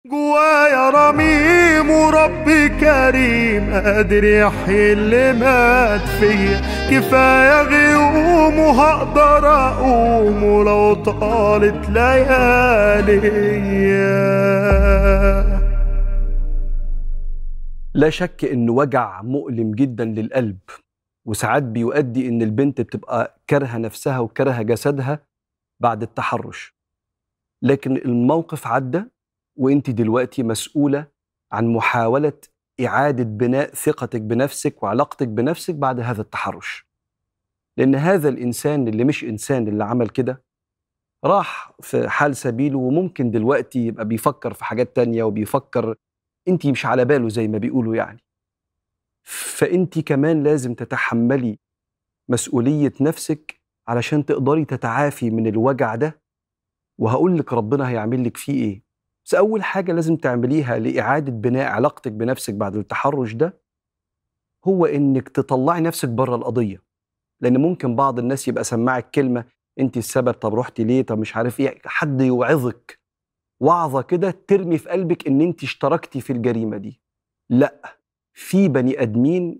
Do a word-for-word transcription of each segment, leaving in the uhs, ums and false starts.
جوايا رميم وربي كريم قادر يحيي اللي مات فيا. كفاية غيوم وهقدر اقوم ولو طالت لياليا. لا شك إن وجع مؤلم جدا للقلب، وساعات بيؤدي إن البنت بتبقى كارهة نفسها وكارهة جسدها بعد التحرش. لكن الموقف عدى، وإنت دلوقتي مسؤولة عن محاولة إعادة بناء ثقتك بنفسك وعلاقتك بنفسك بعد هذا التحرش. لأن هذا الإنسان اللي مش إنسان اللي عمل كده راح في حال سبيله، وممكن دلوقتي يبقى بيفكر في حاجات تانية وبيفكر انتي مش على باله زي ما بيقولوا يعني. فانتي كمان لازم تتحملي مسؤولية نفسك علشان تقدري تتعافي من الوجع ده، وهقول لك ربنا هيعمل لك فيه ايه. بس اول حاجة لازم تعمليها لإعادة بناء علاقتك بنفسك بعد التحرش ده هو انك تطلعي نفسك بره القضية. لان ممكن بعض الناس يبقى سماعك كلمة انتي السبب، طب رحتي ليه، طب مش عارف ايه، حد يوعظك وعظة كده ترمي في قلبك ان انتي اشتركتي في الجريمة دي. لا، في بني ادمين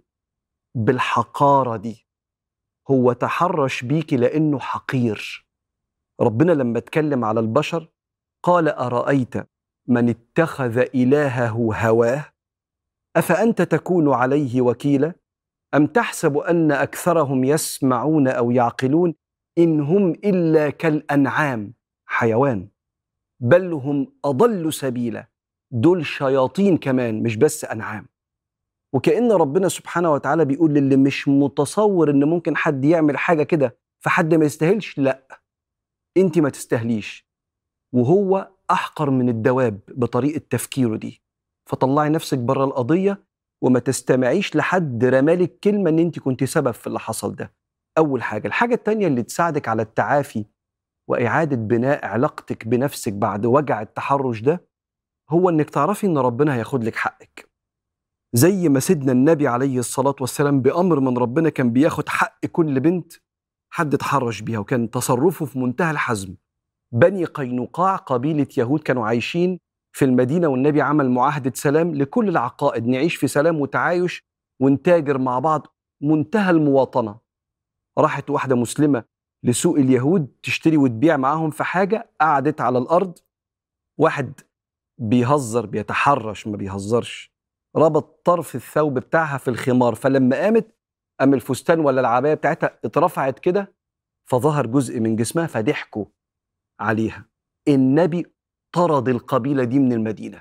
بالحقارة دي، هو تحرش بيكي لأنه حقير. ربنا لما اتكلم على البشر قال أرأيت من اتخذ إلهه هواه أفأنت تكون عليه وكيلا أم تحسب أن أكثرهم يسمعون أو يعقلون إن هم إلا كالأنعام، حيوان، بل هم أضل سبيلا، دول شياطين كمان مش بس أنعام. وكأن ربنا سبحانه وتعالى بيقول للي مش متصور ان ممكن حد يعمل حاجة كده فحد ما يستاهلش، لا، انت ما تستاهليش، وهو احقر من الدواب بطريقة تفكيره دي. فطلعي نفسك بره القضية وما تستمعيش لحد رمالك كلمة ان انت كنت سبب في اللي حصل ده. اول حاجة. الحاجة التانية اللي تساعدك على التعافي واعادة بناء علاقتك بنفسك بعد وجع التحرش ده هو انك تعرفي ان ربنا هياخد لك حقك. زي ما سيدنا النبي عليه الصلاة والسلام بأمر من ربنا كان بياخد حق كل بنت حد اتحرش بيها، وكان تصرفه في منتهى الحزم. بني قينقاع قبيلة يهود كانوا عايشين في المدينة، والنبي عمل معاهدة سلام لكل العقائد، نعيش في سلام وتعايش ونتاجر مع بعض، منتهى المواطنة. راحت واحدة مسلمة لسوق اليهود تشتري وتبيع معاهم في حاجة، قعدت على الأرض، واحد بيهزر بيتحرش ما بيهزرش ربط طرف الثوب بتاعها في الخمار، فلما قامت قام الفستان ولا العباية بتاعتها اترفعت كده فظهر جزء من جسمها، فضحكوا عليها. النبي طرد القبيلة دي من المدينة،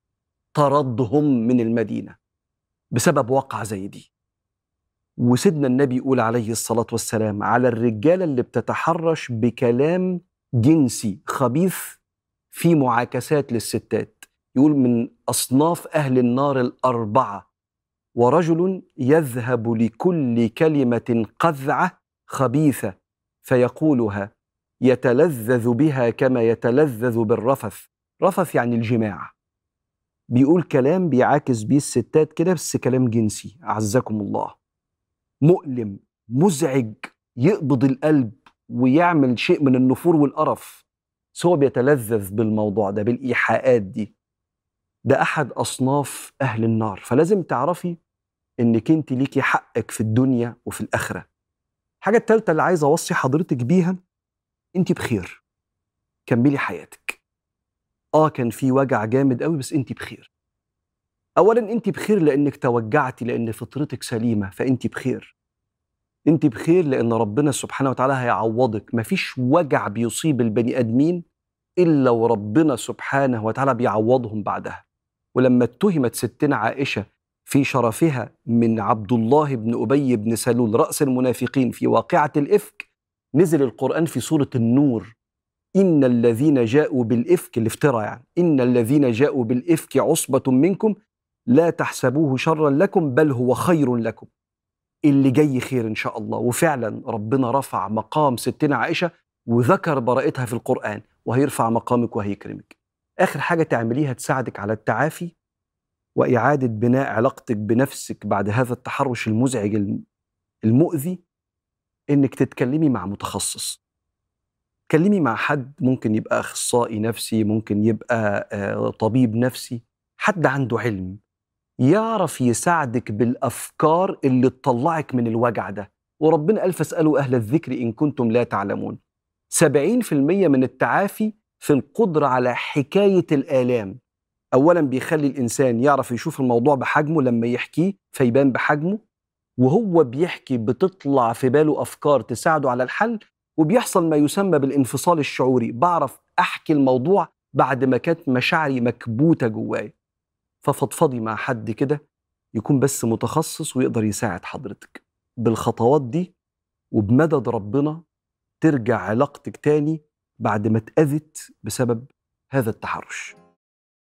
طردهم من المدينة بسبب واقعة زي دي. وسيدنا النبي يقول عليه الصلاة والسلام على الرجالة اللي بتتحرش بكلام جنسي خبيث في معاكسات للستات، يقول من أصناف أهل النار الأربعة: ورجل يذهب لكل كلمة قذعة خبيثة فيقولها يتلذذ بها كما يتلذذ بالرفث. رفث يعني الجماع، بيقول كلام بيعاكس بيه الستات كده بس كلام جنسي، أعزكم الله. مؤلم، مزعج، يقبض القلب ويعمل شيء من النفور والقرف، سوى بيتلذذ بالموضوع ده، بالإيحاءات دي. ده أحد أصناف أهل النار. فلازم تعرفي إنك أنت ليكي حقك في الدنيا وفي الآخرة. الحاجة التالتة اللي عايز أوصي حضرتك بيها، أنت بخير، كملي حياتك. آه كان في وجع جامد قوي بس أنت بخير. أولا أنت بخير لأنك توجعتي، لأن فطرتك سليمة، فأنت بخير. أنت بخير لأن ربنا سبحانه وتعالى هيعوضك. مفيش وجع بيصيب البني آدمين إلا وربنا سبحانه وتعالى بيعوضهم بعدها. ولما اتهمت ستنا عائشة في شرفها من عبد الله بن أبي بن سلول رأس المنافقين في واقعة الإفك، نزل القرآن في سورة النور: إن الذين جاءوا بالإفك، الافتراء يعني، إن الذين جاءوا بالإفك عصبة منكم لا تحسبوه شرا لكم بل هو خير لكم. اللي جاي خير إن شاء الله. وفعلا ربنا رفع مقام ستنا عائشة وذكر براءتها في القرآن، وهيرفع مقامك وهيكرمك. آخر حاجة تعمليها تساعدك على التعافي وإعادة بناء علاقتك بنفسك بعد هذا التحرش المزعج المؤذي، إنك تتكلمي مع متخصص. اتكلمي مع حد، ممكن يبقى أخصائي نفسي، ممكن يبقى آه، طبيب نفسي، حد عنده علم يعرف يساعدك بالأفكار اللي تطلعك من الوجع ده. وربنا قال فاسألوا أهل الذكر إن كنتم لا تعلمون. سبعين في المية من التعافي في القدرة على حكاية الآلام. أولا بيخلي الإنسان يعرف يشوف الموضوع بحجمه لما يحكيه فيبان بحجمه، وهو بيحكي بتطلع في باله أفكار تساعده على الحل، وبيحصل ما يسمى بالانفصال الشعوري، بعرف أحكي الموضوع بعد ما كانت مشاعري مكبوتة جواي. ففضفضي مع حد كده يكون بس متخصص ويقدر يساعد حضرتك بالخطوات دي، وبمدد ربنا ترجع علاقتك تاني بعد ما اتأذت بسبب هذا التحرش.